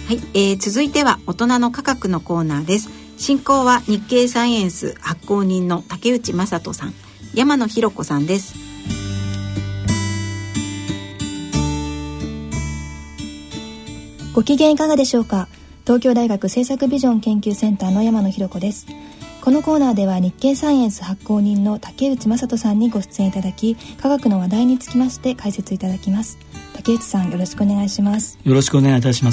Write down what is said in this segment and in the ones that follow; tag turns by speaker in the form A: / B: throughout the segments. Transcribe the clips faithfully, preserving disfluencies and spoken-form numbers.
A: はい、えー、続いては大人の科学のコーナーです。進行は日経サイエンス発行人の竹内正人さん、山野博子さんです。
B: ご機嫌いかがでしょうか。東京大学政策ビジョン研究センターの山野博子です。このコーナーでは日経サイエンス発行人の竹内正人さんにご出演いただき、科学の話題につきまして解説いただきます。竹内さん、よろしくお願いします。
C: よろしくお願いいたします。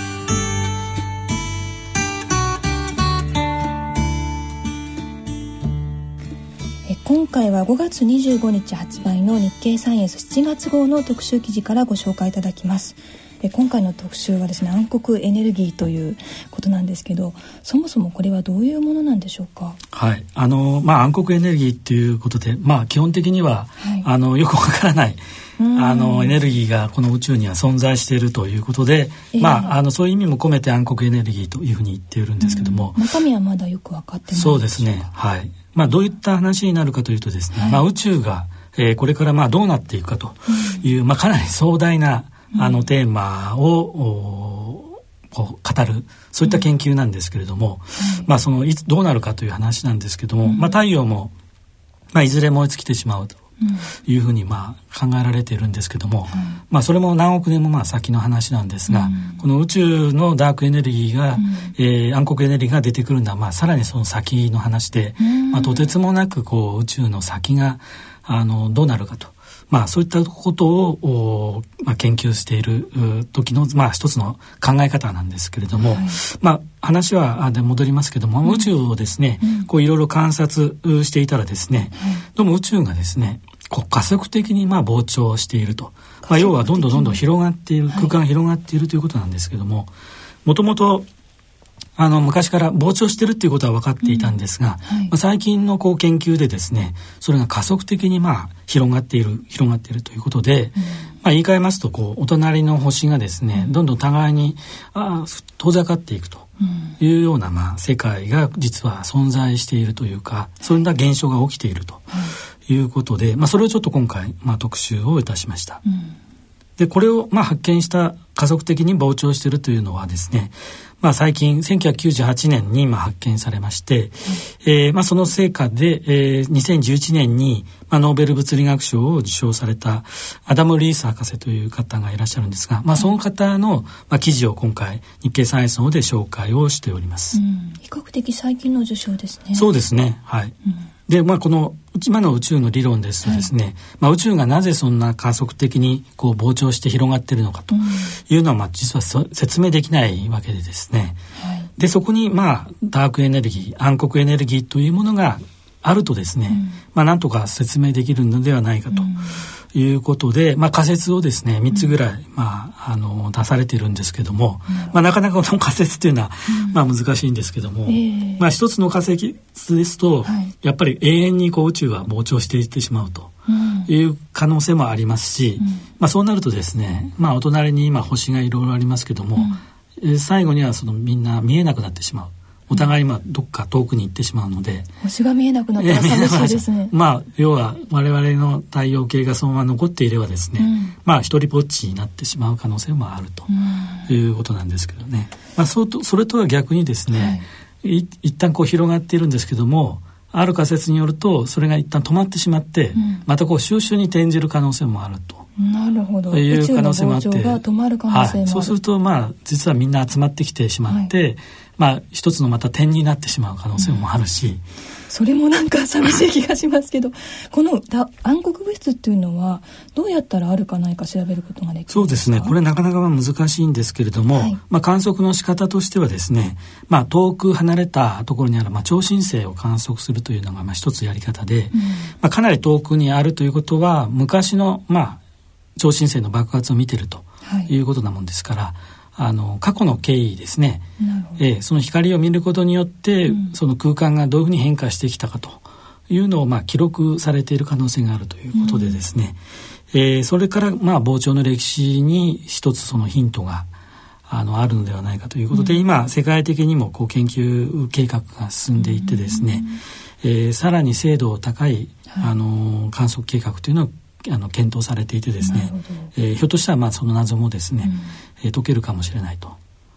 B: 今回はごがつにじゅうごにち発売の日経サイエンスしちがつ号の特集記事からご紹介いただきます。え今回の特集はですね、暗黒エネルギーということなんですけど、そもそもこれはどういうものなんでしょうか。
C: はい、あのまあ、暗黒エネルギーということで、まあ、基本的には、はい、あのよくわからないあのエネルギーがこの宇宙には存在しているということで、えーまあ、あのそういう意味も込めて暗黒エネルギーというふうに言っているんですけども、
B: 中身はまだよく分かってない。
C: そうですね、はい。まあ、どういった話になるかというとですね、はい、まあ、宇宙が、えー、これからまあどうなっていくかという、うん、まあ、かなり壮大なあのテーマを、うん、こう語るそういった研究なんですけれども、うん、まあ、そのいつどうなるかという話なんですけども、うん、まあ、太陽も、まあ、いずれ燃え尽きてしまうというふうにまあ考えられているんですけども、うん、まあ、それも何億年もまあ先の話なんですが、うん、この宇宙のダークエネルギーが、うん、えー、暗黒エネルギーが出てくるのはまあさらにその先の話で、うん、まあ、とてつもなくこう宇宙の先があのどうなるかと、まあ、そういったことを、まあ、研究している時の、まあ、一つの考え方なんですけれども、はい、まあ、話はで戻りますけども、うん、宇宙をですね、うん、こういろいろ観察していたらですね、うん、どうも宇宙がですねこう加速的にまあ膨張していると、まあ、要はどんどんどんどん広がっている、空間が広がっているということなんですけども、もともとあの昔から膨張しているということは分かっていたんですが、うんはい、まあ、最近のこう研究でですね、それが加速的にまあ広がっている広がっているということで、うん、まあ、言い換えますとこうお隣の星がですね、どんどん互いにあ遠ざかっていくというようなまあ世界が実は存在しているというか、そういった現象が起きているということで、まあ、それをちょっと今回まあ特集をいたしました。うん、でこれをまあ発見した加速的に膨張しているというのはですね、まあ、最近せんきゅうひゃくきゅうじゅうはちねんにまあ発見されまして、うん、えーまあ、その成果で、えー、にせんじゅういちねんにまあノーベル物理学賞を受賞されたアダム・リース博士という方がいらっしゃるんですが、まあ、その方のまあ記事を今回日経サイエンスの方で紹介をしております。うん、
B: 比較的最近の受賞ですね。
C: そうですね、はい。うん、でまあ、この今の宇宙の理論ですとですね、はい、まあ、宇宙がなぜそんな加速的にこう膨張して広がっているのかというのは、まあ実は説明できないわけでですね、はい、でそこにまあダークエネルギー、暗黒エネルギーというものがあるとですね、うん、まあ、なんとか説明できるのではないかということで、うん、まあ、仮説をですねみっつぐらい、まあ、あの出されているんですけども、うん、まあ、なかなかこの仮説というのは、うん、まあ、難しいんですけども、えーまあ、一つの仮説ですと、はい、やっぱり永遠にこう宇宙は膨張していってしまうという可能性もありますし、うん、まあ、そうなるとですね、まあ、お隣に今星がいろいろありますけども、うん、えー、最後にはそのみんな見えなくなってしまう。お互いまあどっか遠くに行ってしまうので、
B: 星が見えなくなったら寂しいですね。
C: まあ要は我々の太陽系がそのまま残っていればですね、うん、まあ一人ぽっちになってしまう可能性もあるということなんですけどね。まあそうとそれとは逆にですね、はい、い一旦こう広がっているんですけども、ある仮説によるとそれが一旦止まってしまって、うん、またこう収集に転じる可能性もあると。
B: なるほど。いう可能性もあって、宇宙の膨張が止まる可能性もある、はい、
C: そうするとまあ実はみんな集まってきてしまって、はい、まあ一つのまた点になってしまう可能性もあるし、うん、
B: それもなんか寂しい気がしますけどこの暗黒物質っていうのはどうやったらあるかないか調べることができるんですか？
C: そうですね、これなかなか難しいんですけれども、はい、まあ、観測の仕方としてはですね、まあ、遠く離れたところにあるまあ超新星を観測するというのがまあ一つやり方で、うん、まあ、かなり遠くにあるということは昔のまあ超新星の爆発を見ているということなもんですから、はい、あの過去の経緯ですね、えー、その光を見ることによって、うん、その空間がどういうふうに変化してきたかというのをまあ記録されている可能性があるということでですね、うん、えー、それからまあ膨張の歴史に一つそのヒントがあのあるのではないかということで、うん、今世界的にもこう研究計画が進んでいてですね、うん、えー、さらに精度高い、はい、あの観測計画というのをあの検討されていてですね、えー、ひょっとしたらまあその謎もですね、うん、えー、解けるかもしれないと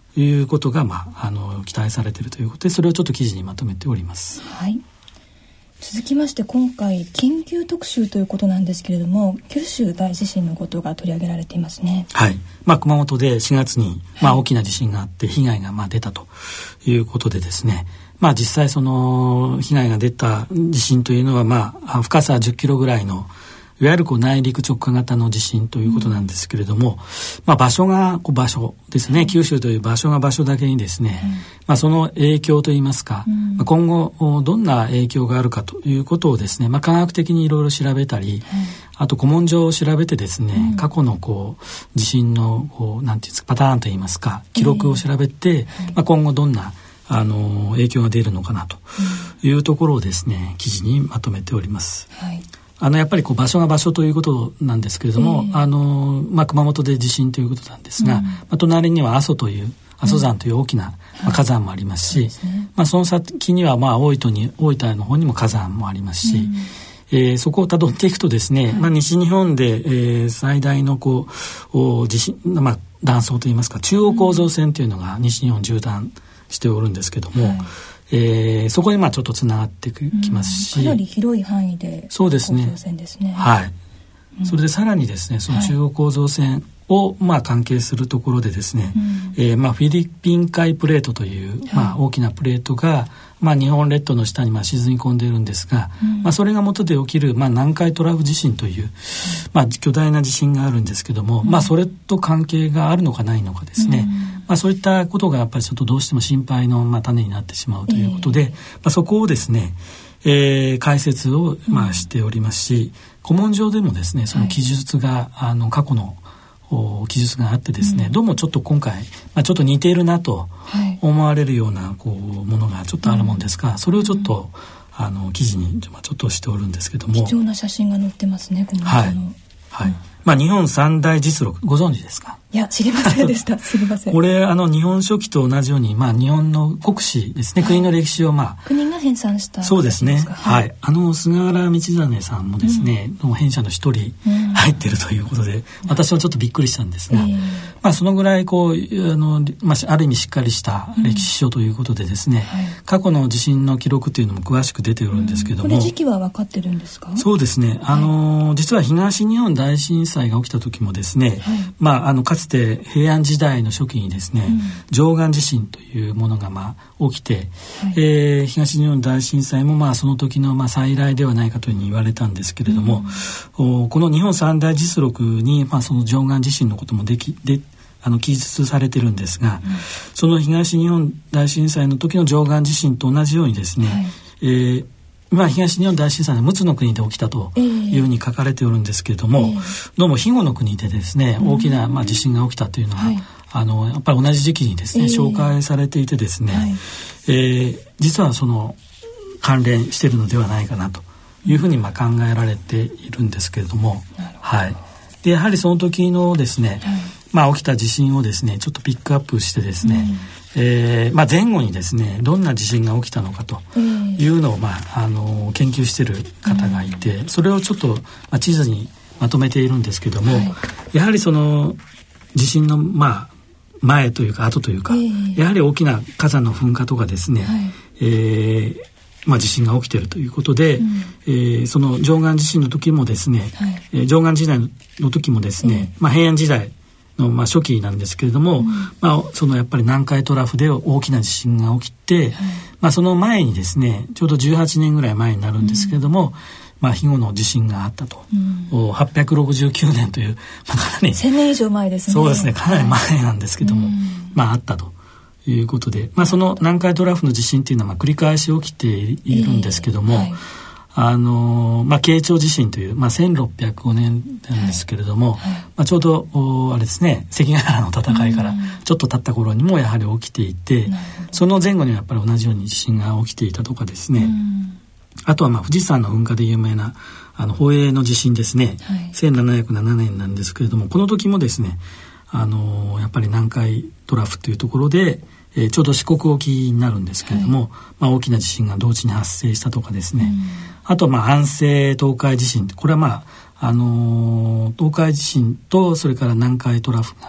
C: いうことが、まあ、あの期待されているということで、それをちょっと記事にまとめております。
B: はい、続きまして今回緊急特集ということなんですけれども、九州大地震のことが取り上げられていますね。
C: はい、まあ、熊本でしがつに、まあ、大きな地震があって被害がまあ出たということでですね、まあ、実際その被害が出た地震というのは、まあ、深さじゅっキロぐらいのいわゆるこう内陸直下型の地震ということなんですけれども、うん、まあ、場所がこう場所ですね、はい、九州という場所が場所だけにですね、うん、まあ、その影響といいますか、うん、まあ、今後どんな影響があるかということをですね、まあ、科学的にいろいろ調べたり、うん、あと古文書を調べてですね、うん、過去のこう地震のこうなんていうんですか、パターンといいますか記録を調べて、えーはい、まあ、今後どんなあの影響が出るのかなというところをですね、記事にまとめております。はい、あのやっぱりこう場所が場所ということなんですけれども、えーあのまあ、熊本で地震ということなんですが、うん、まあ、隣には阿蘇という阿蘇山という大きな、うん、まあ、火山もありますし、はい、そね、まあ、その先にはまあ大分に大分の方にも火山もありますし、うん、えー、そこをたどっていくとですね、はい、まあ、西日本で、えー、最大のこう地震、まあ、断層といいますか中央構造線というのが西日本縦断しておるんですけども、はい、えー、そこにまあちょっとつながってきますし、
B: うん、かなり広い範囲で構造線ですね。
C: はい、うん、それでさらにですね、その中央構造線をまあ関係するところでですね、はい、えー、まあフィリピン海プレートという、まあ、大きなプレートが、まあ、日本列島の下にまあ沈み込んでいるんですが、うん、まあ、それが元で起きる、まあ、南海トラフ地震という、まあ、巨大な地震があるんですけども、うん、まあ、それと関係があるのかないのかですね、うん、まあ、そういったことがやっぱりちょっとどうしても心配のまあ種になってしまうということで、えーまあ、そこをですね、えー、解説をまあしておりますし、うん、古文書でもですねその記述が、はい、あの過去の記述があってですね、うん、どうもちょっと今回、まあ、ちょっと似ているなと思われるようなこうものがちょっとあるもんですが、それをちょっと、うん、あの記事にちょっとしておるんですけども、
B: 貴重な写真が載ってますね、この
C: はい、はい、まあ、日本三大実録ご存知ですか？
B: いや、知りませんでしたすみません。
C: これあの日本書紀と同じように、まあ、日本の国史ですね、はい、国の歴史を、まあ、
B: 国が編纂した
C: そうですね、はい、はい、あの菅原道真さんもですね、うん、の編者の一人入ってるということで、うん、私はちょっとびっくりしたんですが、えーまあ、そのぐらいこうあの、まあ、ある意味しっかりした歴史書ということでですね、うん、はい、過去の地震の記録というのも詳しく出ているんですけども、うん、
B: これ時期は分かってるんですか？
C: そうですね、あの、はい、実は東日本大震災が起きた時もですね、はい、まあ、あのかつて平安時代の初期にですね、うん、貞観地震というものがまあ起きて、はい、えー、東日本大震災もまあその時のまあ再来ではないかというふうに言われたんですけれども、うん、おこの日本三大実録にまあその貞観地震のこともできであの記述されてるんですが、うん、その東日本大震災の時の貞観地震と同じようにですね、はい、えーまあ、東日本大震災は陸奥の国で起きたというふうに書かれておるんですけれども、えー、どうも肥後の国でですね、大きなまあ地震が起きたというのは、はい、あのやっぱり同じ時期にですね、えー、紹介されていてですね、はい、えー、実はその関連しているのではないかなというふうにまあ考えられているんですけれども、はい、でやはりその時のですね、はい、まあ、起きた地震をですねちょっとピックアップしてですね、うん、えーまあ、前後にですねどんな地震が起きたのかというのを、まあ、あの研究している方がいて、うん、それをちょっと、まあ、地図にまとめているんですけども、はい、やはりその地震の、まあ、前というか後というか、えー、やはり大きな火山の噴火とかですね、はい、えーまあ、地震が起きているということで、うん、えー、その貞観地震の時もですね、はい、えー、貞観時代の時もですね、えーまあ、平安時代のまあ初期なんですけれども、うん、まあ、そのやっぱり南海トラフで大きな地震が起きて、はい、まあ、その前にですねちょうどじゅうはちねんぐらい前になるんですけれども、うん、まあ、肥後の地震があったと、うん、はっぴゃくろくじゅうきゅうねんという、まあ、かなり
B: せんねん以上前ですね。
C: そうですね、かなり前なんですけども、はい、まあ、あったということで、まあ、その南海トラフの地震っていうのはまあ繰り返し起きているんですけども、えーはい、あのまあ、慶長地震という、まあ、せんろっぴゃくごねんなんですけれども、はいはい、まあ、ちょうどあれですね関ヶ原の戦いからちょっと経った頃にもやはり起きていて、うん、その前後にはやっぱり同じように地震が起きていたとかですね、うん、あとはまあ富士山の噴火で有名なあの宝永の地震ですね、はい、せんななひゃくななねんなんですけれども、この時もですねあのやっぱり南海トラフというところで、えー、ちょうど四国沖になるんですけれども、はい、まあ、大きな地震が同時に発生したとかですね、うん、あとまあ安政東海地震、これはまあ、あのー、東海地震とそれから南海トラフが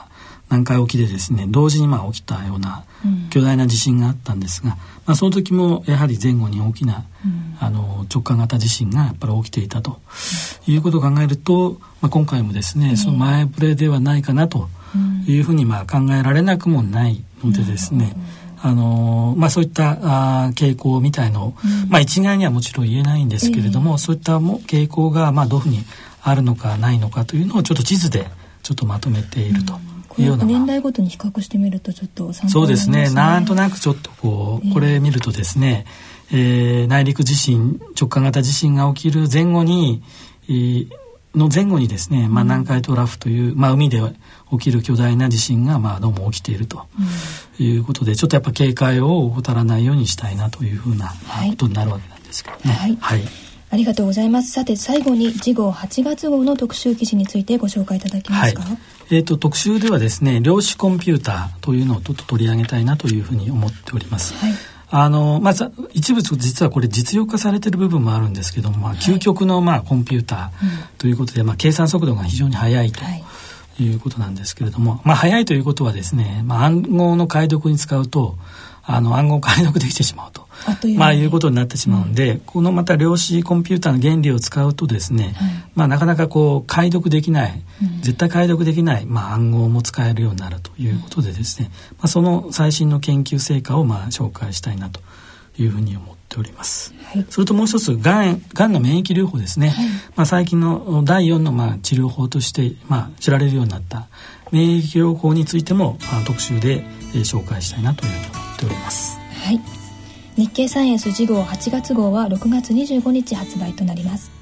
C: 南海沖でですね同時にまあ起きたような巨大な地震があったんですが、まあ、その時もやはり前後に大きな、うん、あの直下型地震がやっぱり起きていたということを考えると、まあ、今回もですね、うん、その前触れではないかなというふうにまあ考えられなくもないのでですね、うん、あのまあ、そういったあ傾向みたいのを、うんまあ、一概にはもちろん言えないんですけれども、えー、そういったも傾向がまあどういうふうにあるのかないのかというのをちょっと地図でちょっとまとめていると。うん
B: これ年代ごとに比較してみるとちょっと参考になりますね。
C: そうですね。なんとなくちょっとこうこれ見るとですね、えー、内陸地震直下型地震が起きる前後に、えー、の前後にですね、まあ、南海トラフという、まあ、海で起きる巨大な地震がまあどうも起きているということで、うん、ちょっとやっぱ警戒を怠らないようにしたいなというふうなことになるわけなんですけどね。はい。はい
B: ありがとうございます。さて最後に次号はちがつ号の特集記事についてご紹介いただけますか。はい、
C: えーと、特集ではですね量子コンピューターというのをちょっと取り上げたいなというふうに思っております。はい、あのまず一部実はこれ実用化されている部分もあるんですけども、まあ、究極のまあコンピューターということで、はいまあ、計算速度が非常に速いということなんですけれども、まあ、速いということはですね、まあ、暗号の解読に使うとあの暗号を解読できてしまうというまあいうことになってしまうんで、うん、このまた量子コンピューターの原理を使うとですね、はいまあ、なかなかこう解読できない、うん、絶対解読できない、まあ、暗号も使えるようになるということでですね、まあ、その最新の研究成果をまあ紹介したいなというふうに思っております。はい、それともう一つがん、がんの免疫療法ですね、はいまあ、最近のだいよんのまあ治療法として、まあ、知られるようになった免疫療法についても、まあ、特集で、えー、紹介したいなというふうに思っております。
B: はい、日経サイエンス次号はちがつ号はろくがつにじゅうごにち発売となります。